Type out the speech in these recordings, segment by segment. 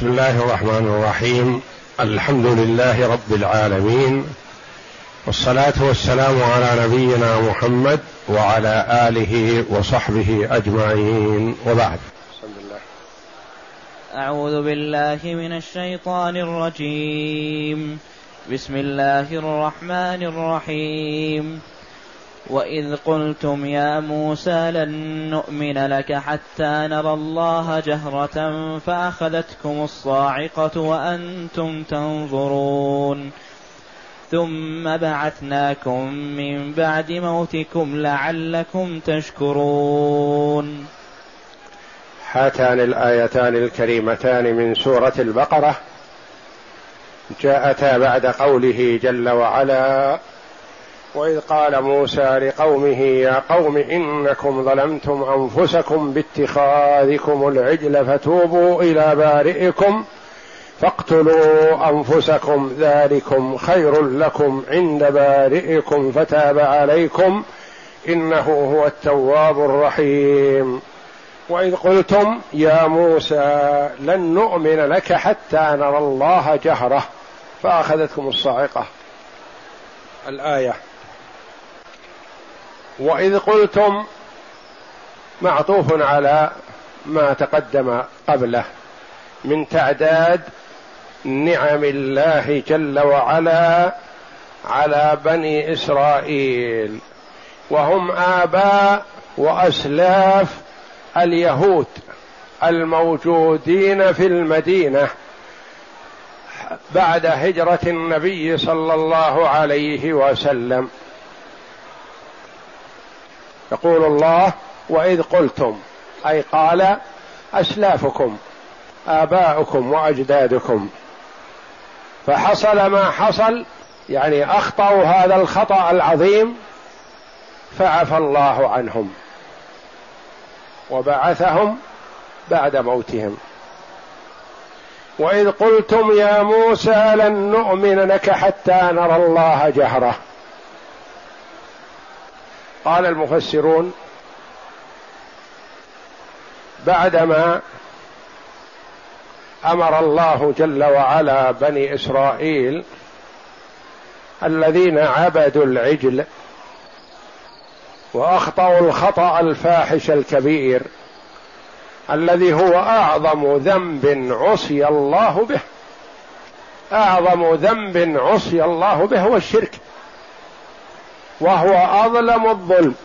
بسم الله الرحمن الرحيم. الحمد لله رب العالمين، والصلاة والسلام على نبينا محمد وعلى آله وصحبه أجمعين، وبعد. أعوذ بالله من الشيطان الرجيم. بسم الله الرحمن الرحيم. وإذ قلتم يا موسى لن نؤمن لك حتى نرى الله جهرة فأخذتكم الصاعقة وأنتم تنظرون ثم بعثناكم من بعد موتكم لعلكم تشكرون. هاتان الآيتان الكريمتان من سورة البقرة جاءتا بعد قوله جل وعلا: وإذ قال موسى لقومه يا قوم إنكم ظلمتم أنفسكم باتخاذكم العجل فتوبوا إلى بارئكم فاقتلوا أنفسكم ذلكم خير لكم عند بارئكم فتاب عليكم إنه هو التواب الرحيم. وإذ قلتم يا موسى لن نؤمن لك حتى نرى الله جهرة فأخذتكم الصاعقة. الآية. وإذ قلتم معطوف على ما تقدم قبله من تعداد نعم الله جل وعلا على بني إسرائيل، وهم آباء وأسلاف اليهود الموجودين في المدينة بعد هجرة النبي صلى الله عليه وسلم. يقول الله: وإذ قلتم، أي قال أسلافكم آباؤكم وأجدادكم، فحصل ما حصل، يعني أخطأوا هذا الخطأ العظيم فعفى الله عنهم وبعثهم بعد موتهم. وإذ قلتم يا موسى لن نؤمن لك حتى نرى الله جهرة. قال المفسرون: بعدما أمر الله جل وعلا بني إسرائيل الذين عبدوا العجل وأخطأوا الخطأ الفاحش الكبير الذي هو أعظم ذنب عصي الله به، أعظم ذنب عصي الله به هو الشرك، وهو أظلم الظلم.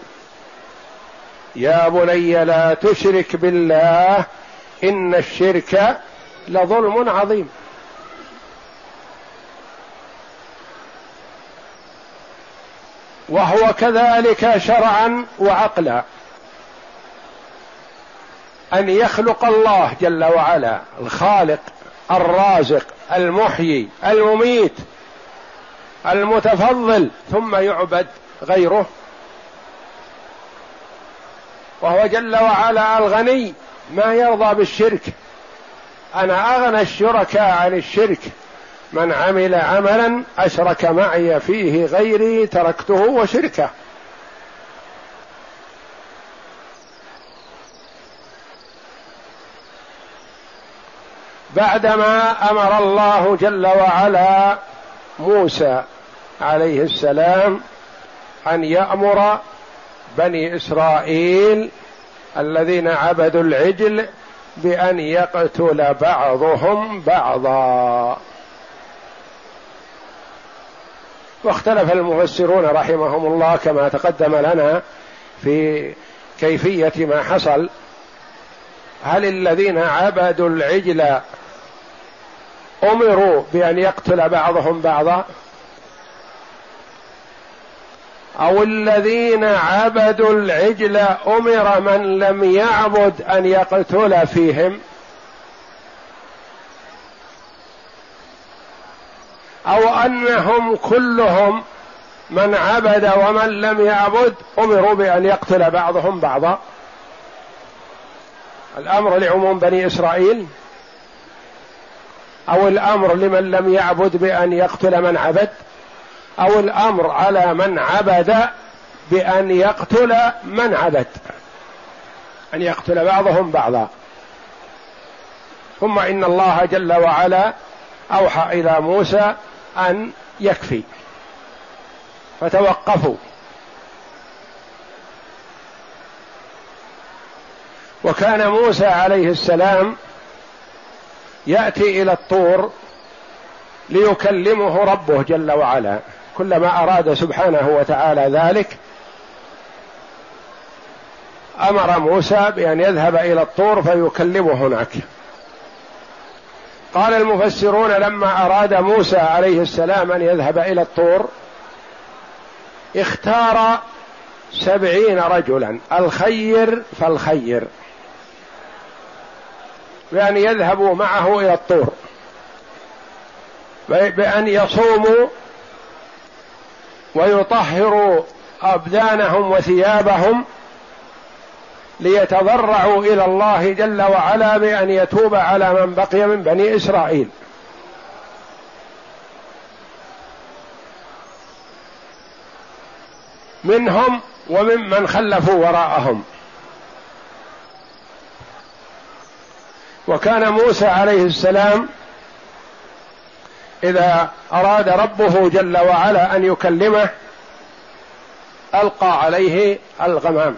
يا بني لا تشرك بالله إن الشرك لظلم عظيم. وهو كذلك شرعا وعقلا، أن يخلق الله جل وعلا الخالق الرازق المحيي المميت المتفضل ثم يعبد غيره، وهو جل وعلا الغني ما يرضى بالشرك. أنا أغنى الشركاء عن الشرك، من عمل عملا أشرك معي فيه غيري تركته وشركه. بعدما أمر الله جل وعلا موسى عليه السلام أن يأمر بني إسرائيل الذين عبدوا العجل بأن يقتل بعضهم بعضا. واختلف المفسرون رحمهم الله كما تقدم لنا في كيفية ما حصل، هل الذين عبدوا العجل أمروا بأن يقتل بعضهم بعضا، أو الذين عبدوا العجل أمر من لم يعبد أن يقتل فيهم، أو أنهم كلهم من عبد ومن لم يعبد أمروا بأن يقتل بعضهم بعضا؟ الأمر لعموم بني إسرائيل، أو الأمر لمن لم يعبد بأن يقتل من عبد، أو الأمر على من عبد بأن يقتل من عبد، أن يقتل بعضهم بعضا. ثم إن الله جل وعلا أوحى إلى موسى أن يكفي، فتوقفوا. وكان موسى عليه السلام يأتي إلى الطور ليكلمه ربه جل وعلا، كلما أراد سبحانه وتعالى ذلك أمر موسى بأن يذهب إلى الطور فيكلمه هناك. قال المفسرون لما أراد موسى عليه السلام أن يذهب إلى الطور اختار 70 رجلا، الخير فالخير، بأن يذهبوا معه إلى الطور، بأن يصوموا ويطهروا أبدانهم وثيابهم ليتضرعوا إلى الله جل وعلا بأن يتوب على من بقي من بني إسرائيل. منهم وممن خلفوا وراءهم. وكان موسى عليه السلام إذا أراد ربه جل وعلا أن يكلمه ألقى عليه الغمام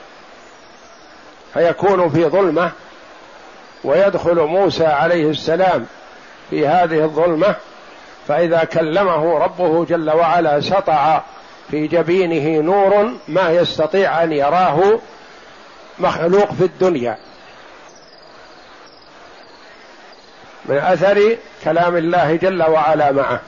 فيكون في ظلمة، ويدخل موسى عليه السلام في هذه الظلمة، فإذا كلمه ربه جل وعلا سطع في جبينه نور ما يستطيع أن يراه مخلوق في الدنيا من أثر كلام الله جل وعلا معه.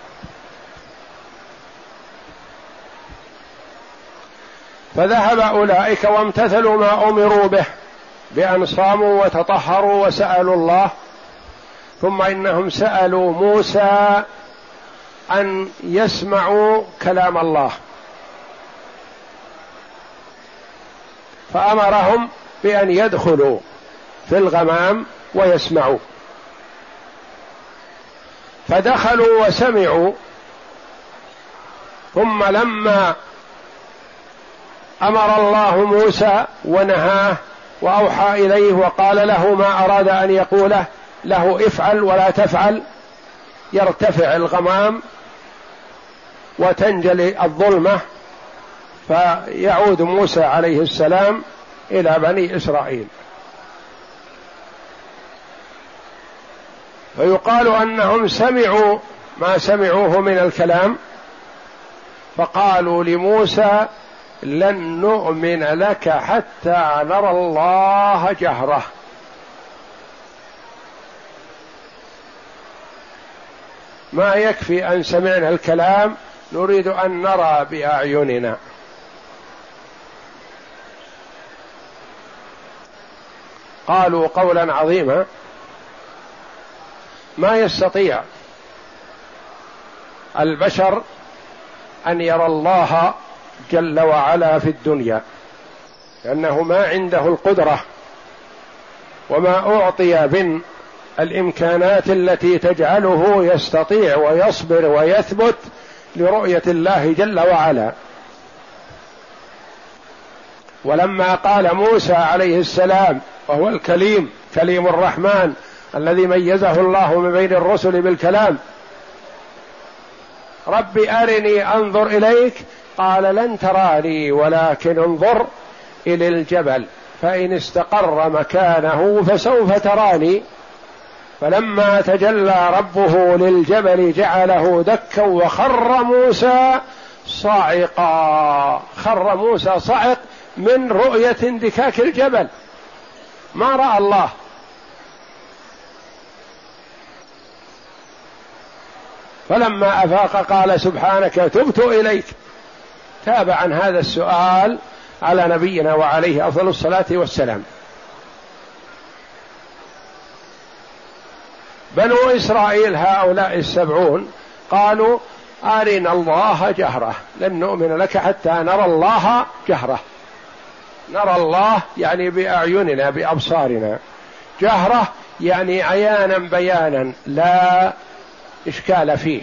فذهب أولئك وامتثلوا ما أمروا به بأن صاموا وتطهروا وسألوا الله، ثم إنهم سألوا موسى أن يسمعوا كلام الله، فأمرهم بأن يدخلوا في الغمام ويسمعوا، فدخلوا وسمعوا. ثم لما أمر الله موسى ونهاه وأوحى إليه وقال له ما أراد أن يقوله له افعل ولا تفعل، يرتفع الغمام وتنجلي الظلمة، فيعود موسى عليه السلام إلى بني إسرائيل. فيقال أنهم سمعوا ما سمعوه من الكلام، فقالوا لموسى لن نؤمن لك حتى نرى الله جهرة. ما يكفي أن سمعنا الكلام، نريد أن نرى بأعيننا. قالوا قولا عظيما ما يستطيع البشر أن يرى الله جل وعلا في الدنيا، لأنه ما عنده القدرة وما أعطي من الإمكانات التي تجعله يستطيع ويصبر ويثبت لرؤية الله جل وعلا. ولما قال موسى عليه السلام وهو الكليم كليم الرحمن الذي ميزه الله من بين الرسل بالكلام رب أرني أنظر إليك، قال لن تراني ولكن انظر إلى الجبل فإن استقر مكانه فسوف تراني. فلما تجلى ربه للجبل جعله دكا وخر موسى صاعقا، خر موسى صعق من رؤية اندكاك الجبل، ما رأى الله. فلما أفاق قال سبحانك تبت إليك. تاب عن هذا السؤال على نبينا وعليه أفضل الصلاة والسلام. بنو إسرائيل هؤلاء 70 قالوا أرنا الله جهرة، لن نؤمن لك حتى نرى الله جهرة. نرى الله يعني بأعيننا بأبصارنا، جهرة يعني عيانا بيانا لا إشكال فيه.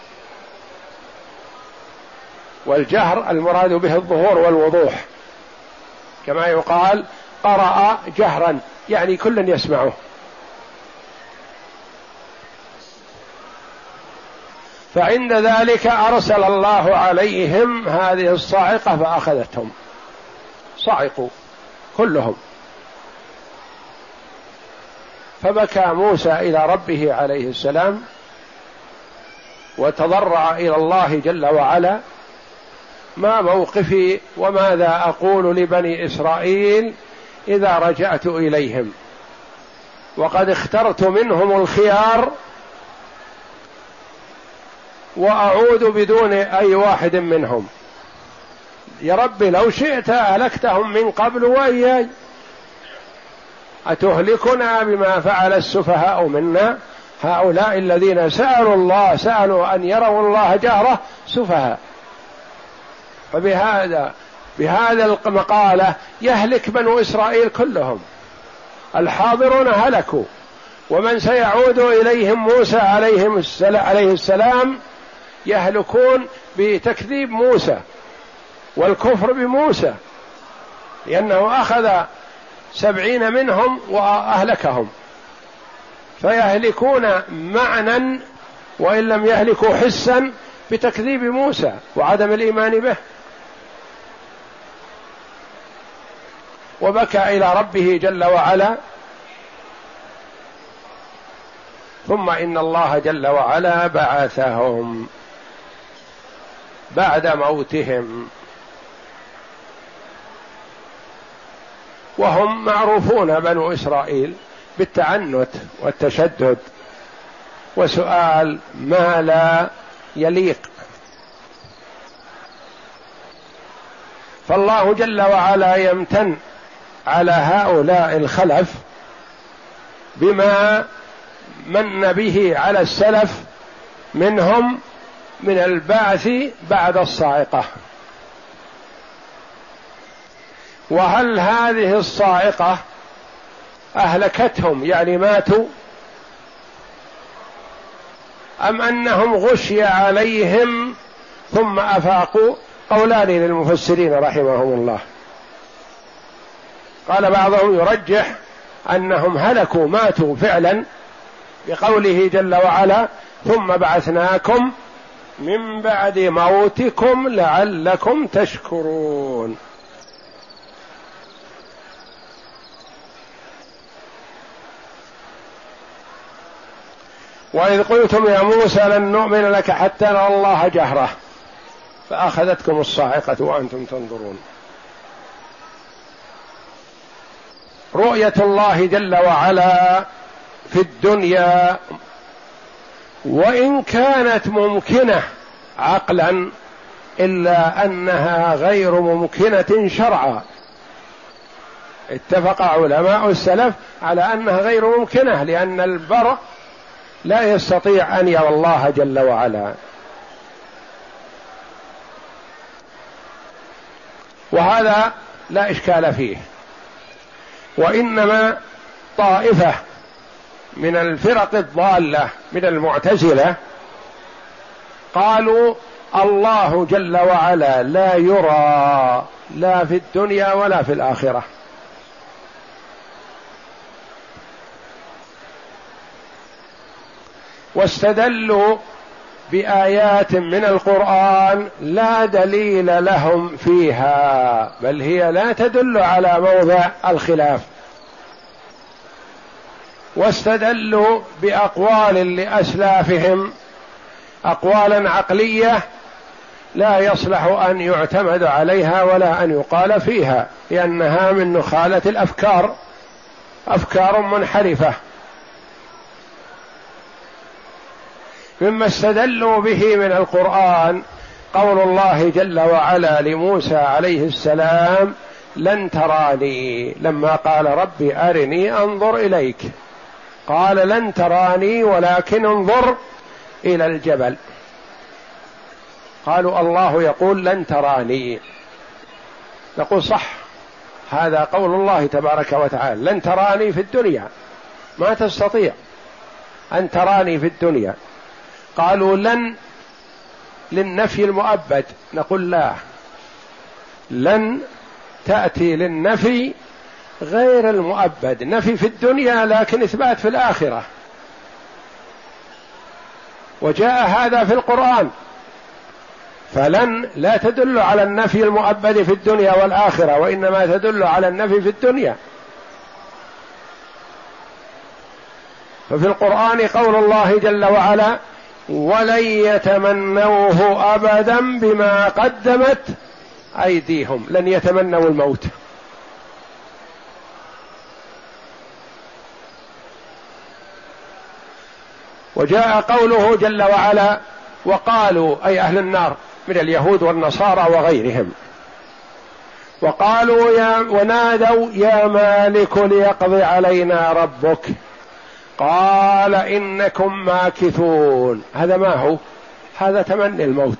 والجهر المراد به الظهور والوضوح، كما يقال قرأ جهرا يعني كل يسمعه. فعند ذلك أرسل الله عليهم هذه الصاعقة فأخذتهم، صعقوا كلهم. فبكى موسى إلى ربه عليه السلام وتضرع إلى الله جل وعلا: ما موقفي وماذا أقول لبني إسرائيل إذا رجعت إليهم وقد اخترت منهم الخيار وأعود بدون أي واحد منهم؟ يا رب لو شئت أهلكتهم من قبل وإياي، أتهلكنا بما فعل السفهاء منا؟ هؤلاء الذين سألوا أن يروا الله جهرة سفهاء. فبهذا المقالة يهلك بنو إسرائيل كلهم، الحاضرون هلكوا، ومن سيعود إليهم موسى عليه السلام يهلكون بتكذيب موسى والكفر بموسى، لأنه أخذ 70 منهم وأهلكهم، فيهلكون معنى وإن لم يهلكوا حسا بتكذيب موسى وعدم الإيمان به. وبكى إلى ربه جل وعلا. ثم إن الله جل وعلا بعثهم بعد موتهم، وهم معروفون بنو إسرائيل بالتعنت والتشدد وسؤال ما لا يليق. فالله جل وعلا يمتن على هؤلاء الخلف بما من به على السلف منهم من البعث بعد الصاعقة. وهل هذه الصاعقة أهلكتهم يعني ماتوا، أم أنهم غشي عليهم ثم أفاقوا؟ قولان للمفسرين رحمهم الله. قال بعضهم يرجح أنهم هلكوا ماتوا فعلا بقوله جل وعلا: ثم بعثناكم من بعد موتكم لعلكم تشكرون. وإذ قلتم يا موسى لن نؤمن لك حتى نرى الله جهرة فأخذتكم الصاعقة وأنتم تنظرون. رؤية الله جل وعلا في الدنيا وإن كانت ممكنة عقلا إلا أنها غير ممكنة شرعا. اتفق علماء السلف على أنها غير ممكنة، لأن البر لا يستطيع أن يرى الله جل وعلا. وهذا لا إشكال فيه. وإنما طائفة من الفرق الضالة من المعتزلة قالوا الله جل وعلا لا يرى لا في الدنيا ولا في الآخرة، واستدلوا بآيات من القرآن لا دليل لهم فيها، بل هي لا تدل على موضع الخلاف. واستدلوا بأقوال لأسلافهم، أقوالا عقلية لا يصلح أن يعتمد عليها ولا أن يقال فيها، لأنها من نخالة الأفكار، أفكار منحرفة. مما استدلوا به من القرآن قول الله جل وعلا لموسى عليه السلام: لن تراني، لما قال رب أرني أنظر إليك، قال لن تراني ولكن انظر إلى الجبل. قالوا الله يقول لن تراني، نقول صح، هذا قول الله تبارك وتعالى، لن تراني في الدنيا، ما تستطيع أن تراني في الدنيا. قالوا لن للنفي المؤبد، نقول لا، لن تأتي للنفي غير المؤبد، نفي في الدنيا لكن إثبات في الآخرة. وجاء هذا في القرآن، فلن لا تدل على النفي المؤبد في الدنيا والآخرة، وإنما تدل على النفي في الدنيا. ففي القرآن قول الله جل وعلا: ولن يتمنوه أبدا بما قدمت أيديهم، لن يتمنوا الموت. وجاء قوله جل وعلا: وقالوا، أي أهل النار من اليهود والنصارى وغيرهم، وقالوا ونادوا يا مالك ليقضي علينا ربك قال إنكم ماكثون. هذا ما هو؟ هذا تمني الموت.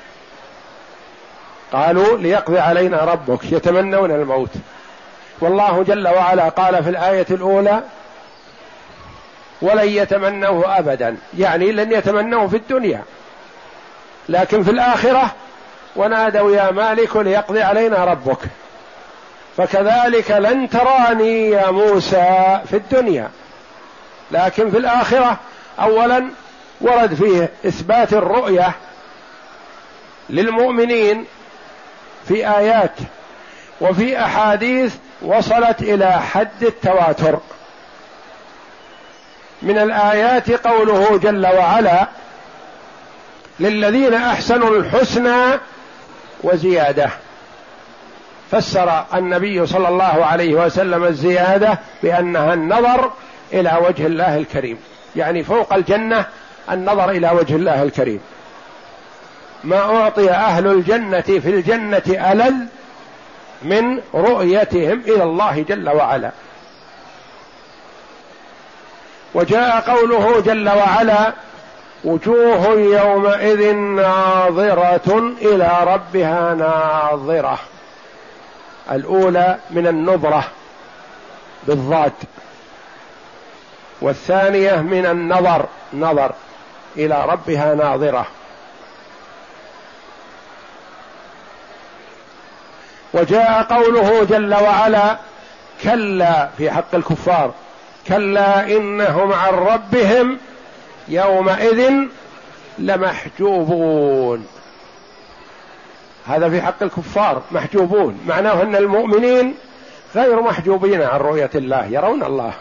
قالوا ليقضي علينا ربك، يتمنون الموت. والله جل وعلا قال في الآية الأولى: ولن يتمنوه أبدا، يعني لن يتمنوه في الدنيا، لكن في الآخرة ونادوا يا مالك ليقضي علينا ربك. فكذلك لن تراني يا موسى في الدنيا، لكن في الآخرة أولا ورد فيه إثبات الرؤية للمؤمنين في آيات، وفي أحاديث وصلت إلى حد التواتر. من الآيات قوله جل وعلا: للذين أحسنوا الحسنى وزيادة. فسر النبي صلى الله عليه وسلم الزيادة بأنها النظر إلى وجه الله الكريم، يعني فوق الجنة النظر إلى وجه الله الكريم. ما أعطي أهل الجنة في الجنة ألذ من رؤيتهم إلى الله جل وعلا. وجاء قوله جل وعلا: وجوه يومئذ ناظرة إلى ربها ناظرة. الأولى من النظرة بالضاد، والثانية من النظر، نظر إلى ربها ناظرة. وجاء قوله جل وعلا: كلا، في حق الكفار: كلا إنهم عن ربهم يومئذ لمحجوبون. هذا في حق الكفار، محجوبون، معناه أن المؤمنين غير محجوبين عن رؤية الله، يرون الله.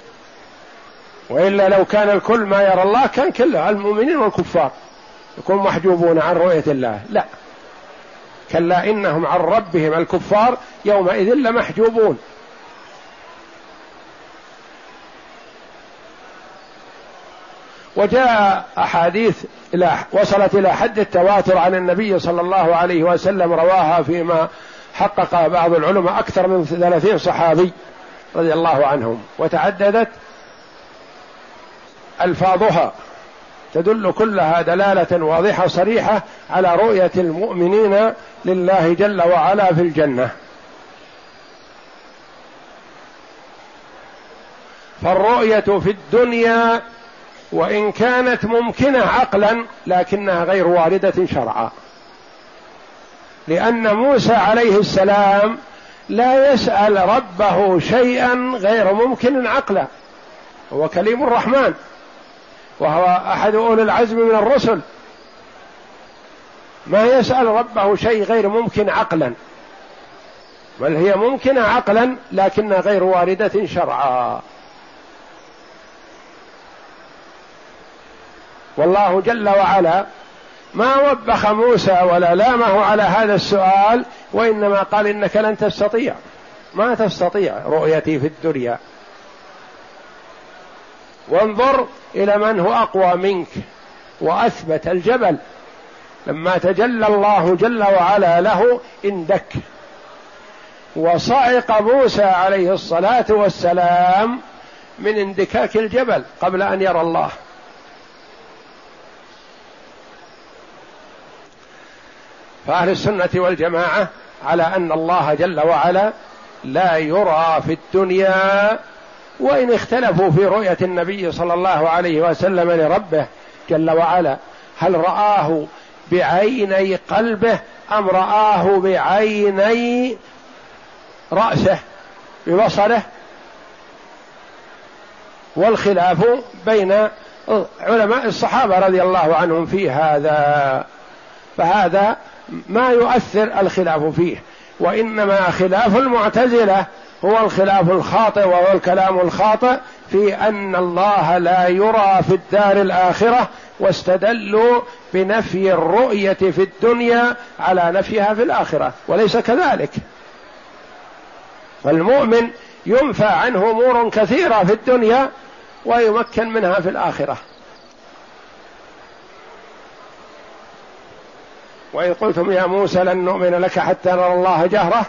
وإلا لو كان الكل ما يرى الله كان كله المؤمنين والكفار يكون محجوبون عن رؤية الله. لا، كلا إنهم عن ربهم الكفار يومئذ لمحجوبون. وجاء أحاديث وصلت إلى حد التواتر عن النبي صلى الله عليه وسلم، رواها فيما حقق بعض العلماء أكثر من 30 صحابي رضي الله عنهم، وتعددت ألفاظها تدل كلها دلالة واضحة صريحة على رؤية المؤمنين لله جل وعلا في الجنة. فالرؤية في الدنيا وإن كانت ممكنة عقلا لكنها غير واردة شرعا، لأن موسى عليه السلام لا يسأل ربه شيئا غير ممكن عقلا، هو كليم الرحمن وهو أحد أولي العزم من الرسل، ما يسأل ربه شيء غير ممكن عقلا، بل هي ممكنة عقلا لكنها غير واردة شرعا. والله جل وعلا ما وبخ موسى ولا لامه على هذا السؤال، وإنما قال: إنك لن تستطيع، ما تستطيع رؤيتي في الدنيا، وانظر إلى من هو أقوى منك وأثبت الجبل لما تجلى الله جل وعلا له اندك، وصعق موسى عليه الصلاة والسلام من اندكاك الجبل قبل أن يرى الله. فأهل السنة والجماعة على أن الله جل وعلا لا يرى في الدنيا، وإن اختلفوا في رؤية النبي صلى الله عليه وسلم لربه جل وعلا، هل رآه بعيني قلبه أم رآه بعيني رأسه ببصره، والخلاف بين علماء الصحابة رضي الله عنهم في هذا، فهذا ما يؤثر الخلاف فيه، وإنما خلاف المعتزلة هو الخلاف الخاطئ، وهو الكلام الخاطئ في أن الله لا يرى في الدار الآخرة، واستدلوا بنفي الرؤية في الدنيا على نفيها في الآخرة، وليس كذلك. فالمؤمن ينفى عنه أمور كثيرة في الدنيا ويمكن منها في الآخرة. وإذ قلتم يا موسى لن نؤمن لك حتى نرى الله جهرة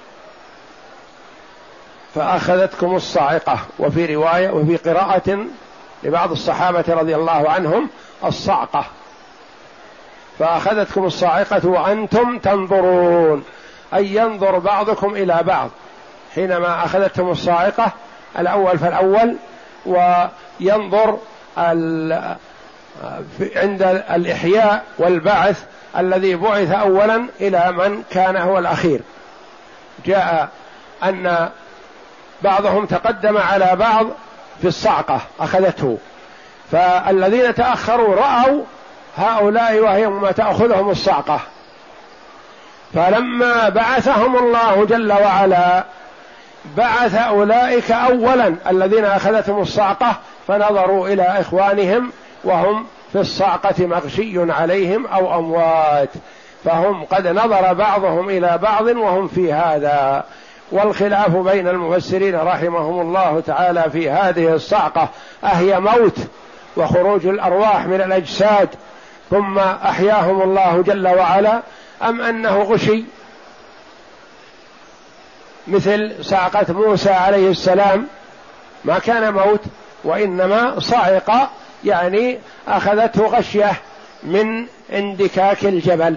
فأخذتكم الصاعقة، وفي رواية وفي قراءة لبعض الصحابة رضي الله عنهم الصعقة، فأخذتكم الصاعقة وأنتم تنظرون، أي ينظر بعضكم إلى بعض حينما أخذتهم الصاعقة الأول فالأول، وينظر عند الإحياء والبعث الذي بعث أولا إلى من كان هو الأخير. جاء أن بعضهم تقدم على بعض في الصعقة أخذته، فالذين تأخروا رأوا هؤلاء وهم تأخذهم الصعقة، فلما بعثهم الله جل وعلا بعث أولئك أولا الذين أخذتهم الصعقة، فنظروا إلى إخوانهم وهم في الصعقة مغشي عليهم أو أموات، فهم قد نظر بعضهم إلى بعض وهم في هذا. والخلاف بين المفسرين رحمهم الله تعالى في هذه الصعقة أهي موت وخروج الأرواح من الأجساد ثم أحياهم الله جل وعلا، أم أنه غشي مثل صعقة موسى عليه السلام ما كان موت وإنما صعق، يعني أخذته غشية من اندكاك الجبل.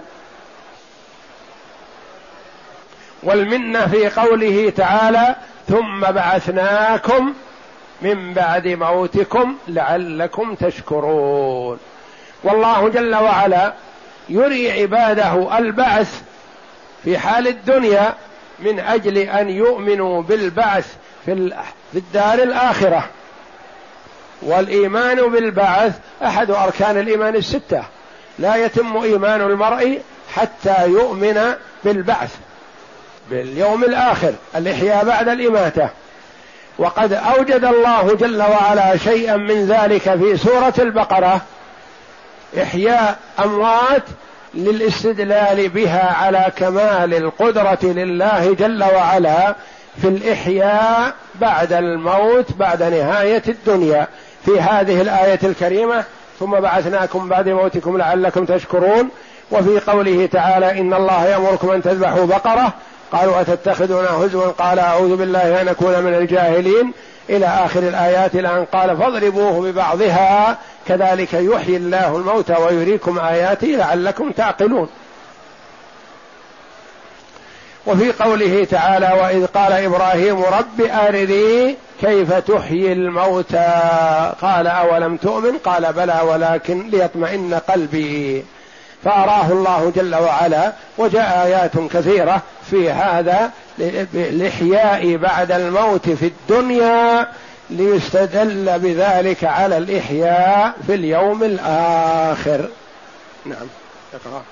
والمنة في قوله تعالى ثم بعثناكم من بعد موتكم لعلكم تشكرون، والله جل وعلا يري عباده البعث في حال الدنيا من أجل أن يؤمنوا بالبعث في الدار الآخرة. والإيمان بالبعث أحد أركان الإيمان الستة، لا يتم إيمان المرء حتى يؤمن بالبعث باليوم الآخر، الإحياء بعد الإماتة. وقد أوجد الله جل وعلا شيئا من ذلك في سورة البقرة، إحياء أموات للاستدلال بها على كمال القدرة لله جل وعلا في الإحياء بعد الموت بعد نهاية الدنيا في هذه الآية الكريمة ثم بعثناكم بعد موتكم لعلكم تشكرون. وفي قوله تعالى إن الله يأمركم أن تذبحوا بقرة قالوا أتتخذون هزوا قال أعوذ بالله أن أكون من الجاهلين إلى آخر الآيات، الآن قال فاضربوه ببعضها كذلك يحيي الله الموتى ويريكم آياته لعلكم تعقلون. وفي قوله تعالى وإذ قال إبراهيم رب أرني كيف تحيي الموتى قال أولم تؤمن قال بلى ولكن ليطمئن قلبي، فأراه الله جل وعلا. وجاء آيات كثيرة في هذا الإحياء بعد الموت في الدنيا ليستدل بذلك على الإحياء في اليوم الآخر. نعم اقرأ.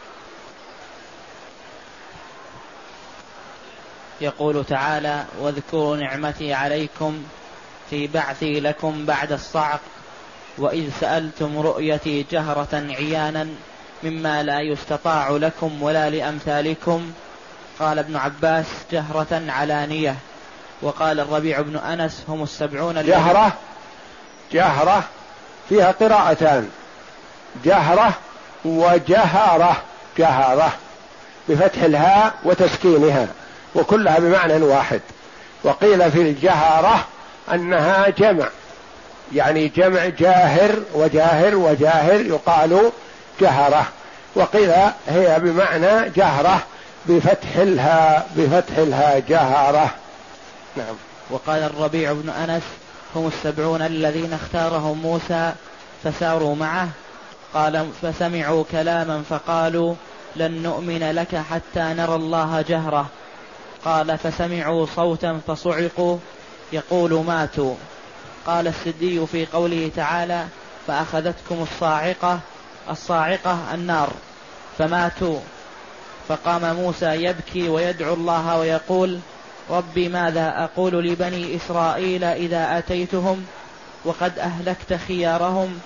يقول تعالى واذكروا نعمتي عليكم في بعثي لكم بعد الصعق وإذ سألتم رؤيتي جهرة عيانا مما لا يستطاع لكم ولا لأمثالكم. قال ابن عباس جهرة علانية. وقال الربيع بن أنس هم 70 جهرة فيها قراءتان، جهرة وجهرة، جهرة بفتح الهاء وتسكينها وكلها بمعنى واحد. وقيل في الجهرة أنها جمع، يعني جمع جاهر وجاهر وجاهر يقال جهرة، وقيل هي بمعنى جهرة بفتح الهاء جهرة. نعم. وقال الربيع بن أنس هم 70 الذين اختارهم موسى فساروا معه. قال فسمعوا كلاما فقالوا لن نؤمن لك حتى نرى الله جهرة. قال فسمعوا صوتا فصعقوا يقول ماتوا. قال السدي في قوله تعالى فأخذتكم الصاعقة النار فماتوا. فقام موسى يبكي ويدعو الله ويقول: ربي ماذا أقول لبني إسرائيل إذا أتيتهم وقد أهلكت خيارهم؟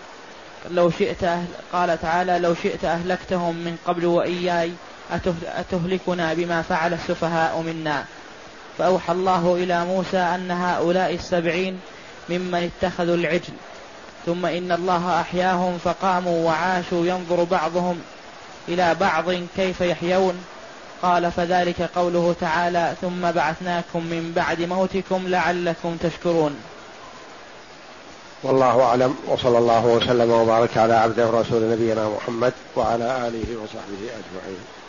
قال تعالى: لو شئت أهلكتهم من قبل وإياي أتهلكنا بما فعل السفهاء منا. فأوحى الله إلى موسى أن هؤلاء 70 ممن اتخذوا العجل، ثم إن الله أحياهم فقاموا وعاشوا ينظر بعضهم إلى بعض كيف يحيون. قال: فذلك قوله تعالى: ثم بعثناكم من بعد موتكم لعلكم تشكرون. والله أعلم، وصلى الله وسلم وبارك على عبده ورسول نبينا محمد وعلى آله وصحبه أجمعين.